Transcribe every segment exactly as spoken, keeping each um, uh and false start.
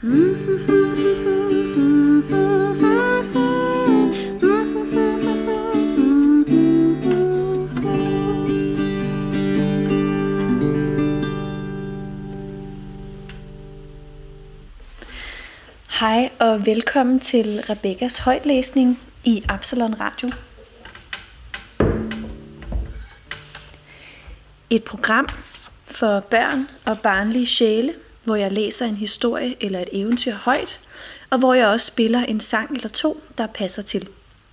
Hej og velkommen til Rebekkas højtlæsning i Absalon Radio. Et program for børn og barnlige sjæle, hvor jeg læser en historie eller et eventyr højt, og hvor jeg også spiller en sang eller to, der passer til.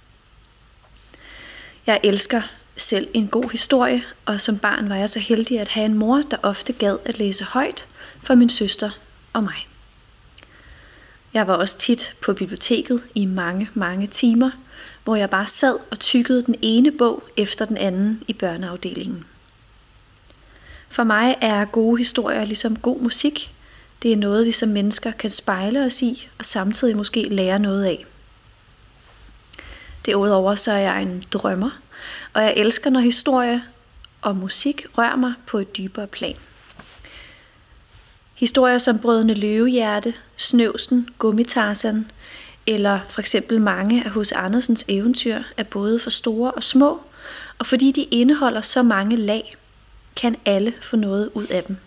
Jeg elsker selv en god historie, og som barn var jeg så heldig at have en mor, der ofte gad at læse højt for min søster og mig. Jeg var også tit på biblioteket i mange, mange timer, hvor jeg bare sad og tyggede den ene bog efter den anden i børneafdelingen. For mig er gode historier ligesom god musik. Det er noget, vi som mennesker kan spejle os i, og samtidig måske lære noget af. Derudover så er jeg en drømmer, og jeg elsker, når historie og musik rører mig på et dybere plan. Historier som Brødrene Løvehjerte, Snøvsen, Gummitarsan eller for eksempel mange af H C Andersens eventyr er både for store og små, og fordi de indeholder så mange lag, kan alle få noget ud af dem.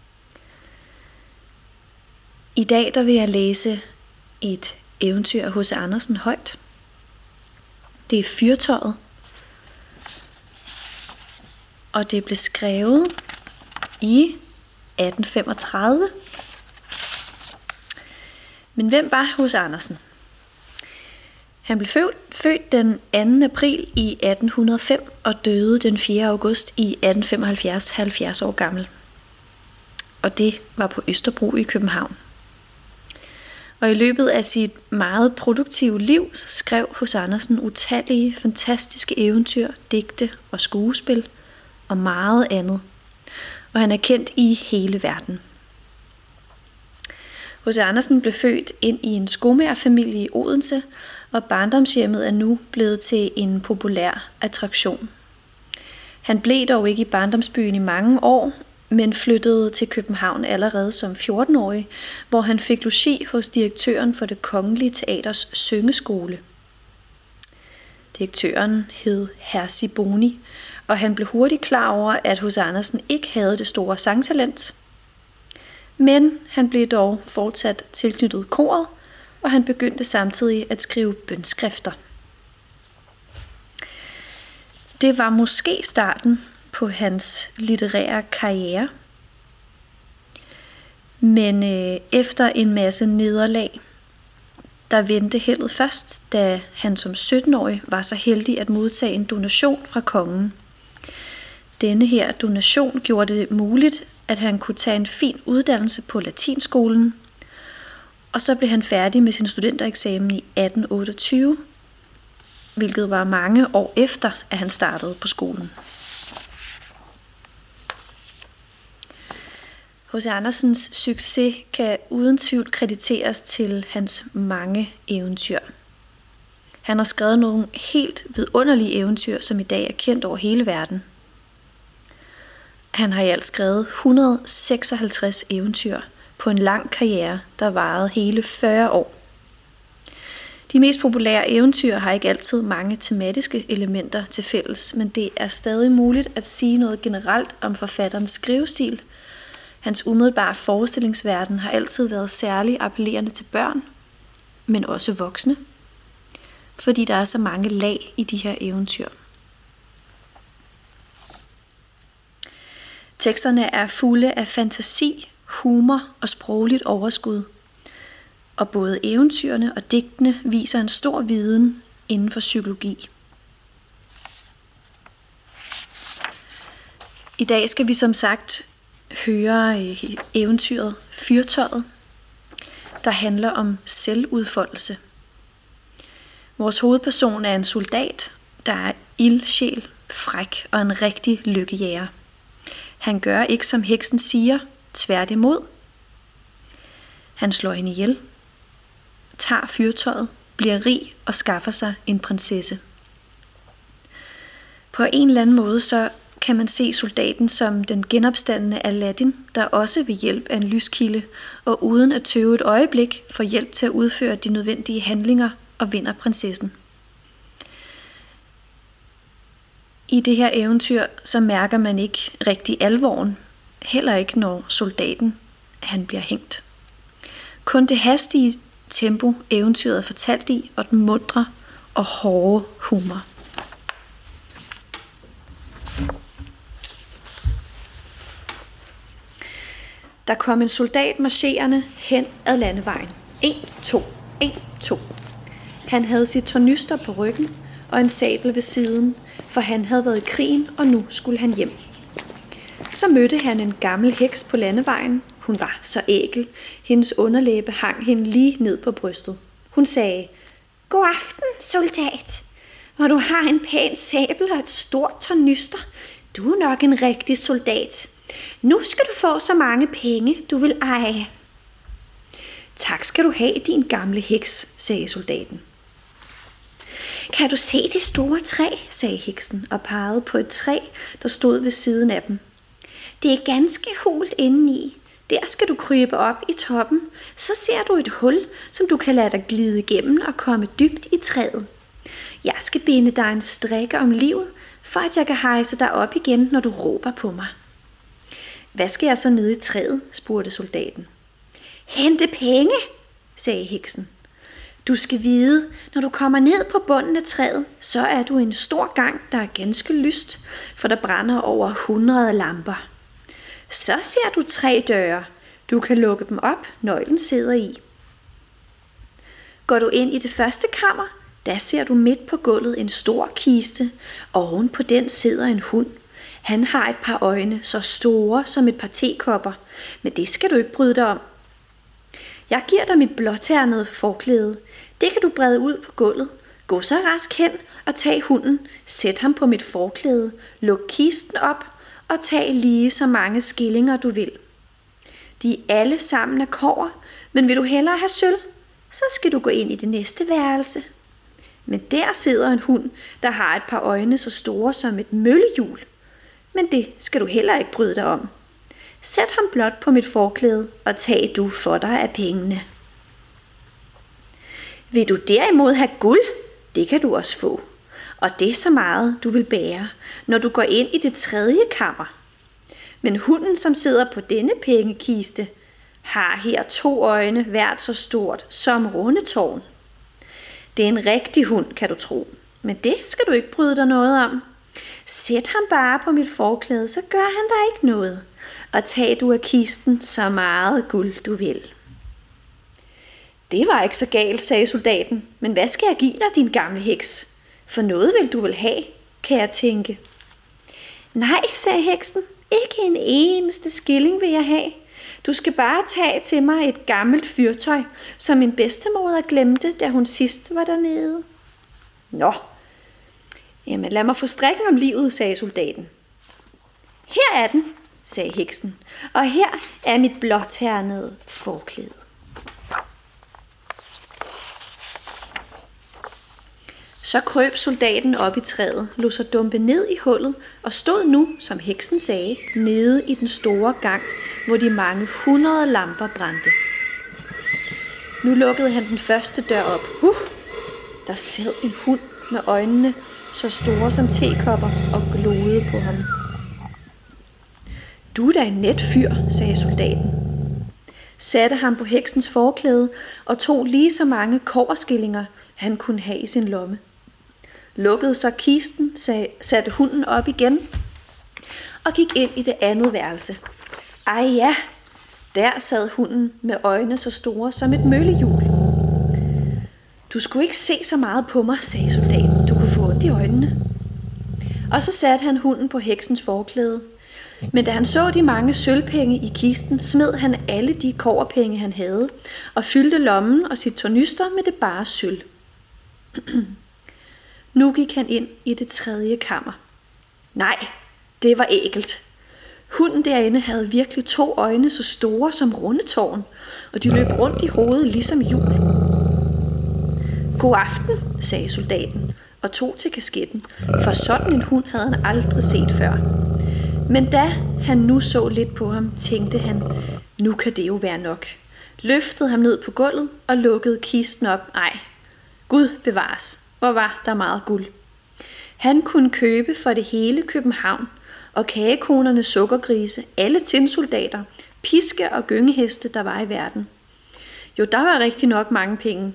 I dag der vil jeg læse et eventyr af H C Andersen højt. Det er Fyrtøjet, og det blev skrevet i atten femogtredive. Men hvem var H C Andersen? Han blev født, født den anden april i atten hundrede og fem og døde den fjerde august i atten femoghalvfjerds, halvfjerds år gammel. Og det var på Østerbro i København. Og i løbet af sit meget produktive liv så skrev H C Andersen utallige fantastiske eventyr, digte og skuespil og meget andet. Og han er kendt i hele verden. H C Andersen blev født ind i en skomagerfamilie i Odense, og barndomshjemmet er nu blevet til en populær attraktion. Han blev dog ikke i barndomsbyen i mange år, men flyttede til København allerede som fjorten-årig, hvor han fik logi hos direktøren for Det Kongelige Teaters syngeskole. Direktøren hed Hersi Boni, og han blev hurtigt klar over, at H C Andersen ikke havde det store sangtalent. Men han blev dog fortsat tilknyttet koret, og han begyndte samtidig at skrive bønskrifter. Det var måske starten på hans litterære karriere. Men øh, efter en masse nederlag, der vendte heldet først, da han som sytten-årig var så heldig at modtage en donation fra kongen. Denne her donation gjorde det muligt, at han kunne tage en fin uddannelse på latinskolen, og så blev han færdig med sin studentereksamen i atten otteogtyve, hvilket var mange år efter, at han startede på skolen. H C Andersens succes kan uden tvivl krediteres til hans mange eventyr. Han har skrevet nogle helt vidunderlige eventyr, som i dag er kendt over hele verden. Han har i alt skrevet et hundrede og seksoghalvtreds eventyr på en lang karriere, der varede hele fyrre år. De mest populære eventyr har ikke altid mange tematiske elementer til fælles, men det er stadig muligt at sige noget generelt om forfatterens skrivestil. Hans umiddelbare forestillingsverden har altid været særlig appellerende til børn, men også voksne, fordi der er så mange lag i de her eventyr. Teksterne er fulde af fantasi, humor og sprogligt overskud, og både eventyrene og digtene viser en stor viden inden for psykologi. I dag skal vi som sagt høre eventyret Fyrtøjet, der handler om selvudfoldelse. Vores hovedperson er en soldat, der er ildsjæl, fræk og en rigtig lykkejæger. Han gør ikke som heksen siger, tværtimod. Han slår hende ihjel, tager fyrtøjet, bliver rig og skaffer sig en prinsesse. På en eller anden måde så kan man se soldaten som den genopstandende Aladdin, der også ved hjælp af en lyskilde og uden at tøve et øjeblik får hjælp til at udføre de nødvendige handlinger og vinder prinsessen. I det her eventyr så mærker man ikke rigtig alvoren, heller ikke når soldaten han bliver hængt. Kun det hastige tempo eventyret er fortalt i, og den mundre og hårde humor. Der kom en soldat marcherende hen ad landevejen. En, to, en, to. Han havde sit tornyster på ryggen og en sabel ved siden, for han havde været i krigen, og nu skulle han hjem. Så mødte han en gammel heks på landevejen. Hun var så ækel. Hendes underlæbe hang hende lige ned på brystet. Hun sagde, "God aften, soldat. Hvor du har en pæn sabel og et stort tornyster. Du er nok en rigtig soldat. Nu skal du få så mange penge, du vil eje." "Tak skal du have, din gamle heks," sagde soldaten. "Kan du se det store træ?" sagde heksen og pegede på et træ, der stod ved siden af dem. "Det er ganske hult indeni. Der skal du krybe op i toppen, så ser du et hul, som du kan lade dig glide igennem og komme dybt i træet. Jeg skal binde dig en strikke om livet, for at jeg kan hejse dig op igen, når du råber på mig." "Hvad skal jeg så nede i træet?" spurgte soldaten. "Hente penge," sagde heksen. "Du skal vide, når du kommer ned på bunden af træet, så er du i en stor gang, der er ganske lyst, for der brænder over hundrede lamper. Så ser du tre døre. Du kan lukke dem op, nøglen sidder i. Går du ind i det første kammer, der ser du midt på gulvet en stor kiste. Oven på den sidder en hund. Han har et par øjne, så store som et par tekopper, men det skal du ikke bryde dig om. Jeg giver dig mit blåternede forklæde. Det kan du brede ud på gulvet. Gå så rask hen og tag hunden. Sæt ham på mit forklæde. Luk kisten op og tag lige så mange skillinger du vil. De er alle sammen af kobber, men vil du hellere have sølv, så skal du gå ind i det næste værelse. Men der sidder en hund, der har et par øjne så store som et møllehjul. Men det skal du heller ikke bryde dig om. Sæt ham blot på mit forklæde, og tag du for dig af pengene. Vil du derimod have guld, det kan du også få. Og det er så meget, du vil bære, når du går ind i det tredje kammer. Men hunden, som sidder på denne pengekiste, har her to øjne hvert så stort som rundetårn. Det er en rigtig hund, kan du tro, men det skal du ikke bryde dig noget om. Sæt ham bare på mit forklæde, så gør han dig ikke noget, og tag du af kisten så meget guld du vil. Det var ikke så galt, sagde soldaten, men hvad skal jeg give dig, din gamle heks? For noget vil du vel have, kan jeg tænke. Nej, sagde heksen, ikke en eneste skilling vil jeg have. Du skal bare tage til mig et gammelt fyrtøj, som min bedstemor glemte, da hun sidst var dernede. Nå, jamen lad mig få strikken om livet, sagde soldaten. Her er den, sagde heksen, og her er mit blåternede forklæde. Så krøb soldaten op i træet, lod sig dumpe ned i hullet og stod nu, som heksen sagde, nede i den store gang, hvor de mange hundrede lamper brændte. Nu lukkede han den første dør op. Uh, der sad en hund med øjnene så store som tekopper og glodede på ham. Du er da en net fyr, sagde soldaten. Satte ham på heksens forklæde og tog lige så mange kobberskillinger, han kunne have i sin lomme. Lukkede så kisten, satte hunden op igen og gik ind i det andet værelse. Ej ja, der sad hunden med øjne så store som et møllehjul. Du skulle ikke se så meget på mig, sagde soldaten. Du kunne få ondt i øjnene. Og så satte han hunden på heksens forklæde. Men da han så de mange sølvpenge i kisten, smed han alle de kobberpenge, han havde, og fyldte lommen og sit tornyster med det bare sølv. Nu gik han ind i det tredje kammer. Nej, det var ægelt. Hunden derinde havde virkelig to øjne så store som rundetårn, og de løb rundt i hovedet ligesom hjul. God aften, sagde soldaten og tog til kasketten, for sådan en hund havde han aldrig set før. Men da han nu så lidt på ham, tænkte han, nu kan det jo være nok. Løftede ham ned på gulvet og lukkede kisten op. Ej, Gud bevares, hvor var der meget guld. Han kunne købe for det hele København, og kagekonerne, sukkergrise, alle tinsoldater, piske og gyngeheste, der var i verden. Jo, der var rigtig nok mange penge.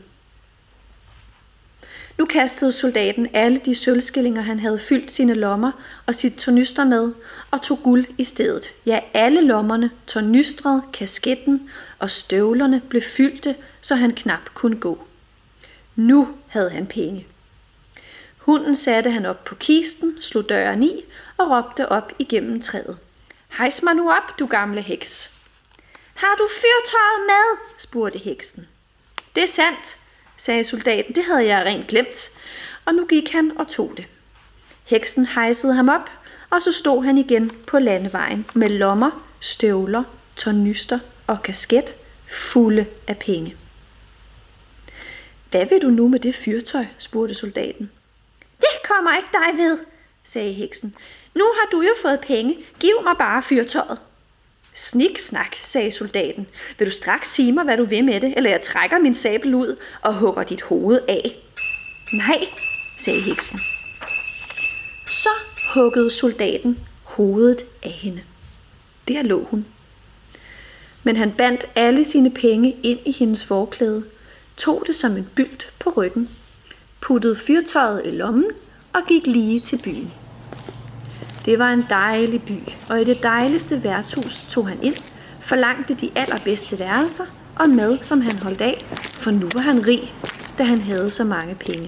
Nu kastede soldaten alle de sølvskillinger, han havde fyldt sine lommer og sit tornyster med, og tog guld i stedet. Ja, alle lommerne, tornystret, kasketten og støvlerne blev fyldte, så han knap kunne gå. Nu havde han penge. Hunden satte han op på kisten, slog døren i og råbte op igennem træet. Hejs mig nu op, du gamle heks. Har du fyrtøjet med? Spurgte heksen. Det er sandt, sagde soldaten. Det havde jeg rent glemt. Og nu gik han og tog det. Heksen hejsede ham op, og så stod han igen på landevejen med lommer, støvler, tornyster og kasket fulde af penge. Hvad vil du nu med det fyrtøj? Spurgte soldaten. Det kommer ikke dig ved, sagde heksen. Nu har du jo fået penge. Giv mig bare fyrtøjet. Snik snak, sagde soldaten. Vil du straks sige mig, hvad du vil med det, eller jeg trækker min sabel ud og hugger dit hoved af? Nej, sagde heksen. Så huggede soldaten hovedet af hende. Der lå hun. Men han bandt alle sine penge ind i hendes forklæde, tog det som en bylt på ryggen, puttede fyrtøjet i lommen og gik lige til byen. Det var en dejlig by, og i det dejligste værtshus tog han ind, forlangte de allerbedste værelser og mad, som han holdt af, for nu var han rig, da han havde så mange penge.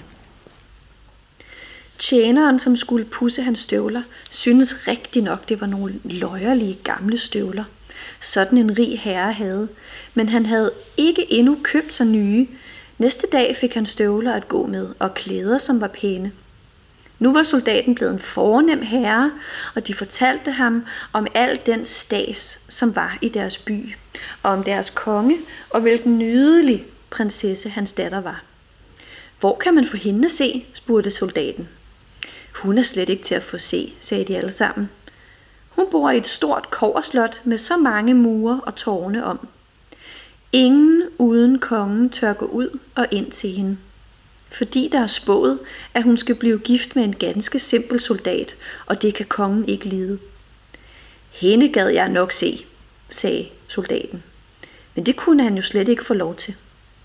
Tjeneren, som skulle pudse hans støvler, syntes rigtig nok, det var nogle løjerlige gamle støvler. Sådan en rig herre havde, men han havde ikke endnu købt sig nye. Næste dag fik han støvler at gå med og klæder, som var pæne. Nu var soldaten blevet en fornem herre, og de fortalte ham om al den stads, som var i deres by, og om deres konge, og hvilken nydelig prinsesse hans datter var. Hvor kan man få hende at se? Spurgte soldaten. Hun er slet ikke til at få se, sagde de alle sammen. Hun bor i et stort kobberslot med så mange mure og tårne om. Ingen uden kongen tør gå ud og ind til hende, fordi der er spået, at hun skal blive gift med en ganske simpel soldat, og det kan kongen ikke lide. Hende gad jeg nok se, sagde soldaten, men det kunne han jo slet ikke få lov til.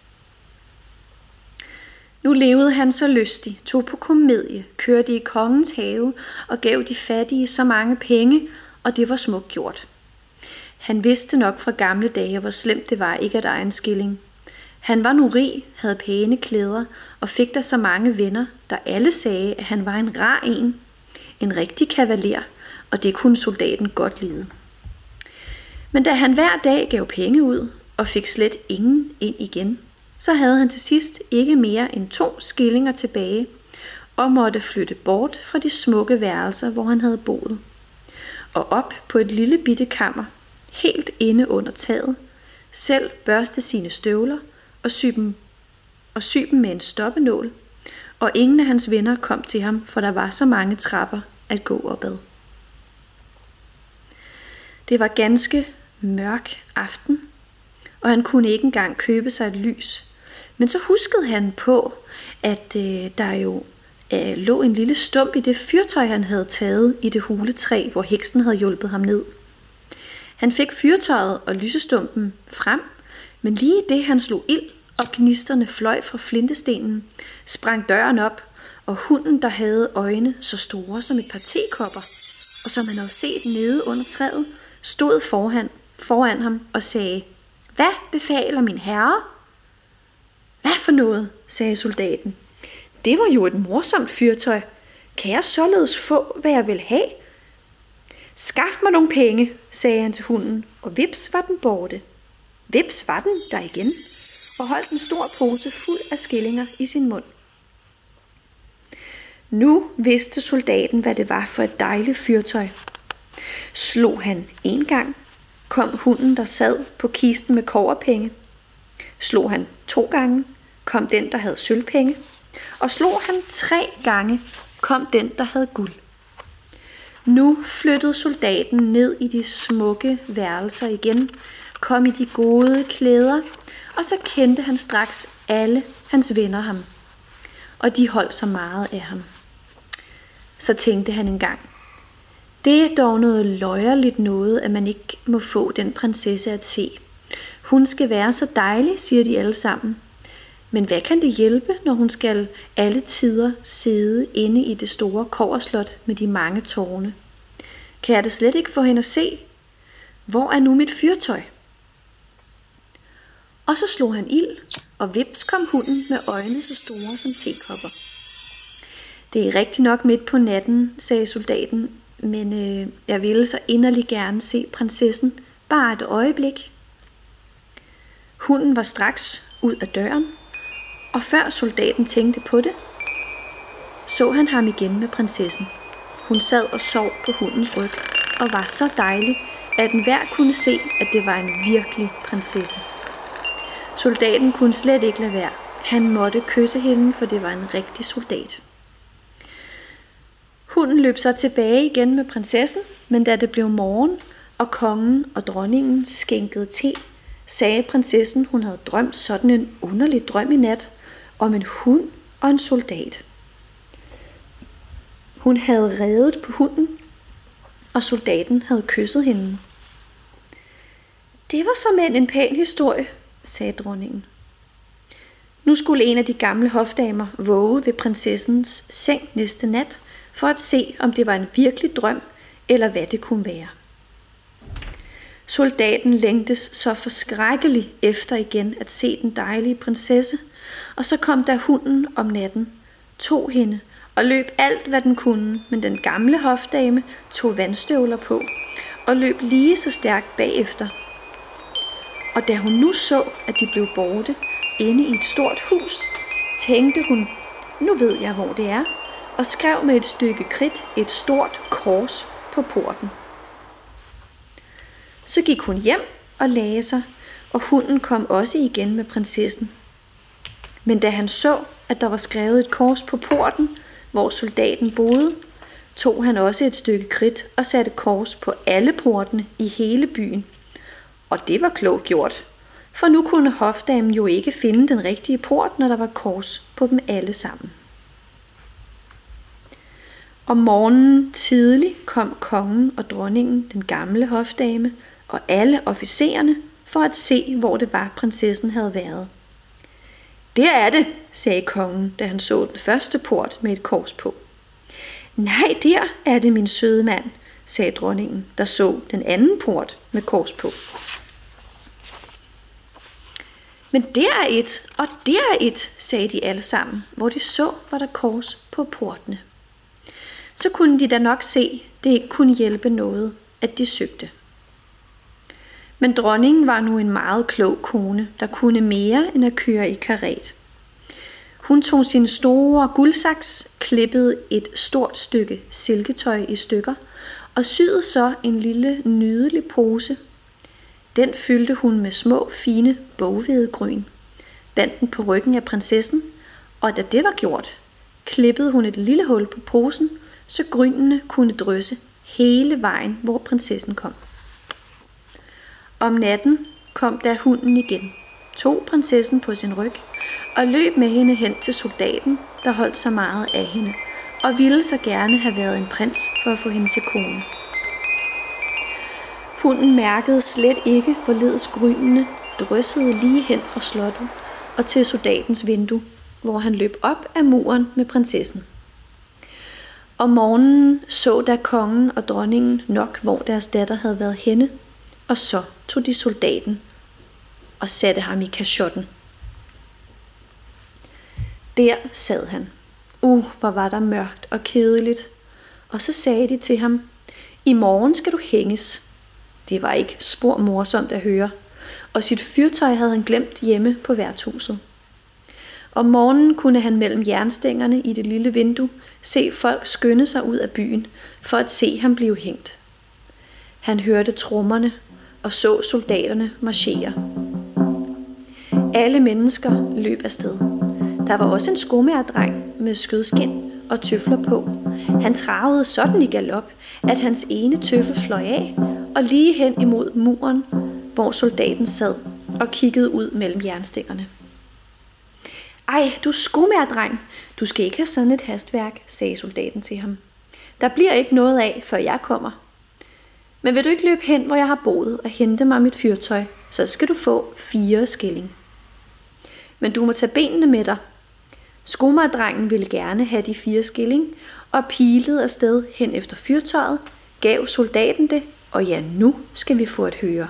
Nu levede han så lystig, tog på komedie, kørte i kongens have og gav de fattige så mange penge, og det var smukt gjort. Han vidste nok fra gamle dage, hvor slemt det var ikke at eje en skilling. Han var nu rig, havde pæne klæder og fik der så mange venner, der alle sagde, at han var en rar en, en rigtig kavaler, og det kunne soldaten godt lide. Men da han hver dag gav penge ud og fik slet ingen ind igen, så havde han til sidst ikke mere end to skillinger tilbage og måtte flytte bort fra de smukke værelser, hvor han havde boet, og op på et lille bitte kammer, helt inde under taget, selv børste sine støvler og sy dem, og sy dem med en stoppenål, og ingen af hans venner kom til ham, for der var så mange trapper at gå opad. Det var ganske mørk aften, og han kunne ikke engang købe sig et lys. Men så huskede han på, at øh, der jo øh, lå en lille stump i det fyrtøj, han havde taget i det huletræ, hvor heksen havde hjulpet ham ned. Han fik fyrtøjet og lysestumpen frem, men lige det han slog ild, og gnisterne fløj fra flintestenen, sprang døren op, og hunden, der havde øjne så store som et par tekopper, og som han havde set nede under træet, stod foran, foran ham og sagde, hvad befaler min herre? Hvad for noget, sagde soldaten. Det var jo et morsomt fyrtøj. Kan jeg således få, hvad jeg vil have? Skaff mig nogle penge, sagde han til hunden, og vips var den borte. Vips var den der igen, og holdt en stor pose fuld af skillinger i sin mund. Nu vidste soldaten, hvad det var for et dejligt fyrtøj. Slog han en gang, kom hunden, der sad på kisten med kobberpenge. Slog han to gange, kom den, der havde sølvpenge. Og slog han tre gange, kom den, der havde guld. Nu flyttede soldaten ned i de smukke værelser igen, kom i de gode klæder, og så kendte han straks alle hans venner ham, og de holdt så meget af ham. Så tænkte han engang, det er dog noget løjerligt noget, at man ikke må få den prinsesse at se. Hun skal være så dejlig, siger de alle sammen. Men hvad kan det hjælpe, når hun skal alle tider sidde inde i det store kobberslot med de mange tårne? Kan jeg da slet ikke få hende at se? Hvor er nu mit fyrtøj? Og så slog han ild, og vips kom hunden med øjne så store som tekopper. Det er rigtig nok midt på natten, sagde soldaten, men øh, jeg ville så inderligt gerne se prinsessen bare et øjeblik. Hunden var straks ud af døren, og før soldaten tænkte på det, så han ham igen med prinsessen. Hun sad og sov på hundens ryg og var så dejlig, at enhver kunne se, at det var en virkelig prinsesse. Soldaten kunne slet ikke lade være. Han måtte kysse hende, for det var en rigtig soldat. Hunden løb så tilbage igen med prinsessen, men da det blev morgen, og kongen og dronningen skænkede te, sagde prinsessen, hun havde drømt sådan en underlig drøm i nat om en hund og en soldat. Hun havde redet på hunden, og soldaten havde kysset hende. Det var såmænd en pæn historie, sagde dronningen. Nu skulle en af de gamle hofdamer våge ved prinsessens seng næste nat, for at se, om det var en virkelig drøm, eller hvad det kunne være. Soldaten længtes så forskrækkeligt efter igen at se den dejlige prinsesse, og så kom der hunden om natten, tog hende og løb alt, hvad den kunne, men den gamle hofdame tog vandstøvler på og løb lige så stærkt bagefter. Og da hun nu så, at de blev borte inde i et stort hus, tænkte hun, nu ved jeg, hvor det er, og skrev med et stykke kridt et stort kors på porten. Så gik hun hjem og lagde sig, og hunden kom også igen med prinsessen. Men da han så, at der var skrevet et kors på porten, hvor soldaten boede, tog han også et stykke kridt og satte kors på alle portene i hele byen. Og det var klogt gjort, for nu kunne hofdamen jo ikke finde den rigtige port, når der var kors på dem alle sammen. Om morgenen tidlig kom kongen og dronningen, den gamle hofdame, og alle officererne for at se, hvor det var, prinsessen havde været. Der er det, sagde kongen, da han så den første port med et kors på. Nej, der er det, min søde mand, sagde dronningen, der så den anden port med kors på. Men der er et, og der er et, sagde de alle sammen, hvor de så, var der kors på portene. Så kunne de da nok se, det ikke kunne hjælpe noget, at de søgte. Men dronningen var nu en meget klog kone, der kunne mere end at køre i karet. Hun tog sin store guldsaks, klippede et stort stykke silketøj i stykker og syede så en lille nydelig pose. Den fyldte hun med små, fine boghvedegryn, bandt den på ryggen af prinsessen, og da det var gjort, klippede hun et lille hul på posen, så grynene kunne drysse hele vejen, hvor prinsessen kom. Om natten kom der hunden igen, tog prinsessen på sin ryg og løb med hende hen til soldaten, der holdt så meget af hende, og ville så gerne have været en prins for at få hende til kone. Hunden mærkede slet ikke, hvorledes grynene dryssede lige hen fra slottet og til soldatens vindue, hvor han løb op ad muren med prinsessen. Om morgenen så da kongen og dronningen nok, hvor deres datter havde været henne, og så tog de soldaten og satte ham i kashotten. Der sad han. Uh, hvor var der mørkt og kedeligt. Og så sagde de til ham, i morgen skal du hænges. Det var ikke spor morsomt at høre, og sit fyrtøj havde han glemt hjemme på værtshuset. Om morgenen kunne han mellem jernstængerne i det lille vindue se folk skynde sig ud af byen for at se ham blive hængt. Han hørte trommerne og så soldaterne marchere. Alle mennesker løb afsted. Der var også en skomagerdreng med skødskin og tøfler på. Han travede sådan i galop, at hans ene tøffel fløj af og lige hen imod muren, hvor soldaten sad og kiggede ud mellem jernstængerne. Ej, du skomagerdreng, du skal ikke have sådan et hastværk, sagde soldaten til ham. Der bliver ikke noget af, før jeg kommer. Men vil du ikke løbe hen, hvor jeg har boet, og hente mig mit fyrtøj, så skal du få fire skilling. Men du må tage benene med dig. Skomagerdrengen ville gerne have de fire skilling, og pilede afsted hen efter fyrtøjet, gav soldaten det, og ja, nu skal vi få at høre.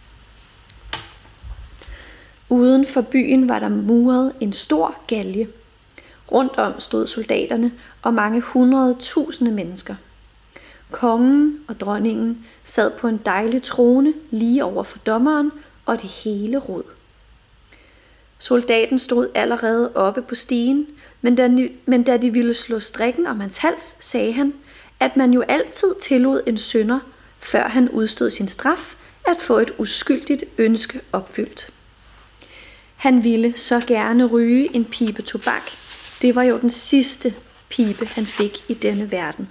Uden for byen var der muret en stor galge. Rundt om stod soldaterne og mange hundrede tusinde mennesker. Kongen og dronningen sad på en dejlig trone lige over for dommeren og det hele rod. Soldaten stod allerede oppe på stigen, men da, de, men da de ville slå strikken om hans hals, sagde han, at man jo altid tillod en synder, før han udstod sin straf, at få et uskyldigt ønske opfyldt. Han ville så gerne ryge en pibe tobak. Det var jo den sidste pibe, han fik i denne verden.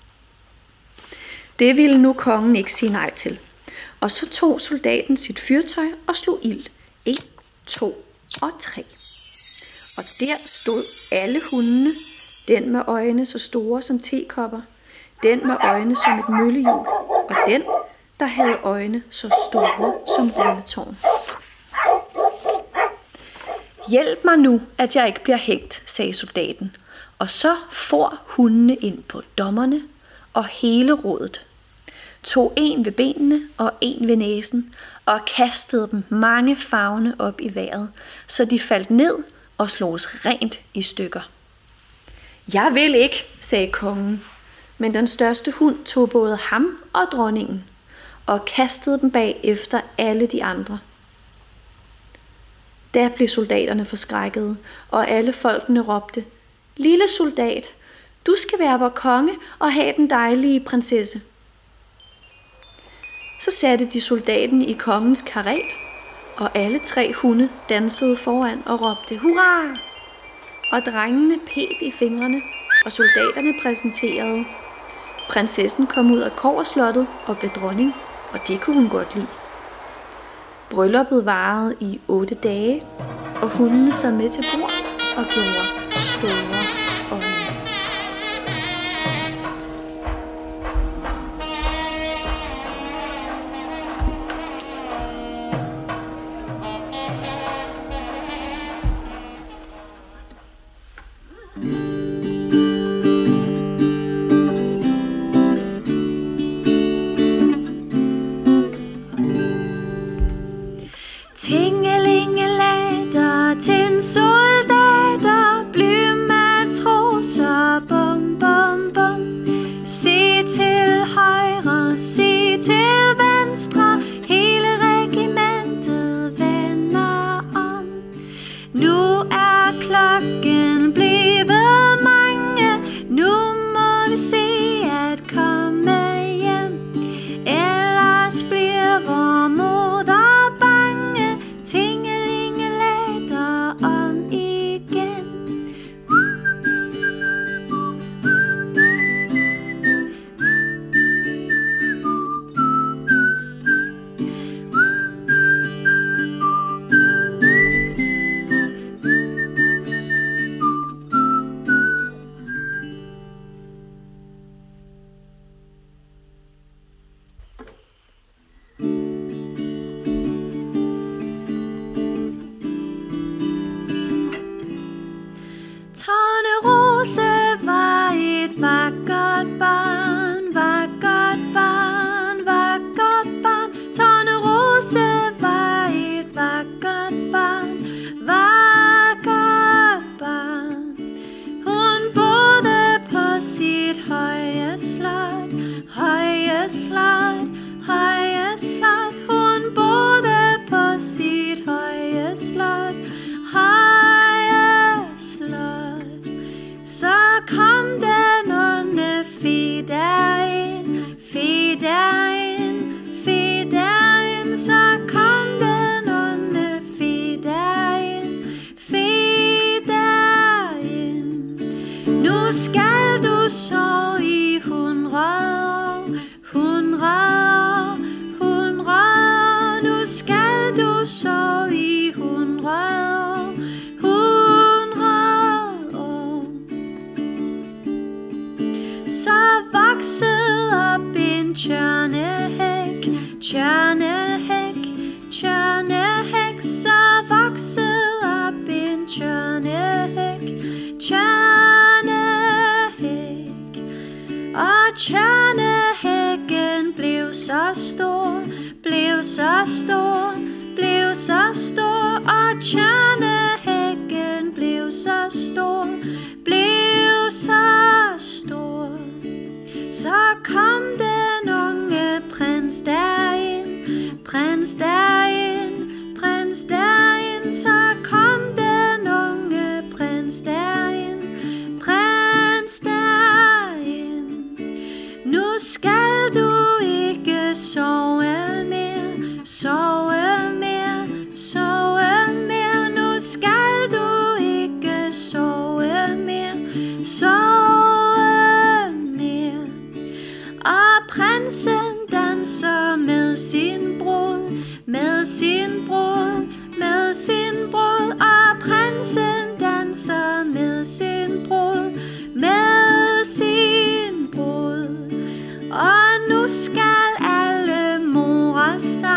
Det ville nu kongen ikke sige nej til. Og så tog soldaten sit fyrtøj og slog ild. En, to og tre. Og der stod alle hundene. Den med øjne så store som tekopper. Den med øjne som et møllehjul. Og den, der havde øjne så store som rulletårn. Hjælp mig nu, at jeg ikke bliver hængt, sagde soldaten. Og så for hundene ind på dommerne og hele rådet. Tog en ved benene og en ved næsen og kastede dem mange favne op i vejret, så de faldt ned og sloges rent i stykker. Jeg vil ikke, sagde kongen, men den største hund tog både ham og dronningen og kastede dem bag efter alle de andre. Der blev soldaterne forskrækkede, og alle folkene råbte, lille soldat, du skal være vor konge og have den dejlige prinsesse. Så satte de soldaten i kongens karet, og alle tre hunde dansede foran og råbte hurra! Og drengene peb i fingrene, og soldaterne præsenterede. Prinsessen kom ud af kobberslottet og blev dronning, og det kunne hun godt lide. Brylluppet varede i otte dage, og hundene sad med til bords og gjorde store øjne. Tingelingelader, til soldater, bly matroser, bum bum bum. Se til højre, se til venstre, hele regimentet vender om. Nu er klokken blevet mange, nu må vi se at komme hjem, ellers bliver vor moder bange. Tingelingelader om igen. Tornerose var et vakkert barn, vakkert barn, vakkert barn. Tornerose var et vakkert barn, vakkert barn. Hun boede på sit høje slot, høje slot, høje slot. Hun boede på sit høje slot, høje slot. Så kom den onde fe derind, fe derind, fe derind. Så kom den onde fe derind, fe derind. Nu skal du sove i hundrede år, tjørnehækken blev så stor, blev så stor, blev så stor, og tjørnehækken blev så stor, blev så stor. Så kom den unge prins derind, prins derind, prins derind. Så kom den unge prins derind, prins derind. Nu skal du ikke sove mere, sove mere, sove mere. Nu skal du ikke sove mere, sove mere. Og prinsen danser med sin brud, med sin brud, med sin brud. Og prinsen danser med sin brud, med sin brud. Og nu skal alle more sig.